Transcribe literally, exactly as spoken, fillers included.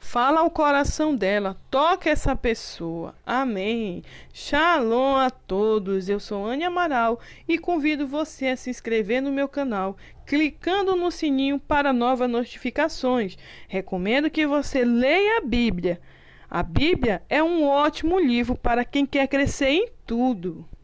Fala ao coração dela, toca essa pessoa. Amém. Shalom a todos. Eu sou Anne Amaral e convido você a se inscrever no meu canal, clicando no sininho para novas notificações. Recomendo que você leia a Bíblia. A Bíblia é um ótimo livro para quem quer crescer em tudo.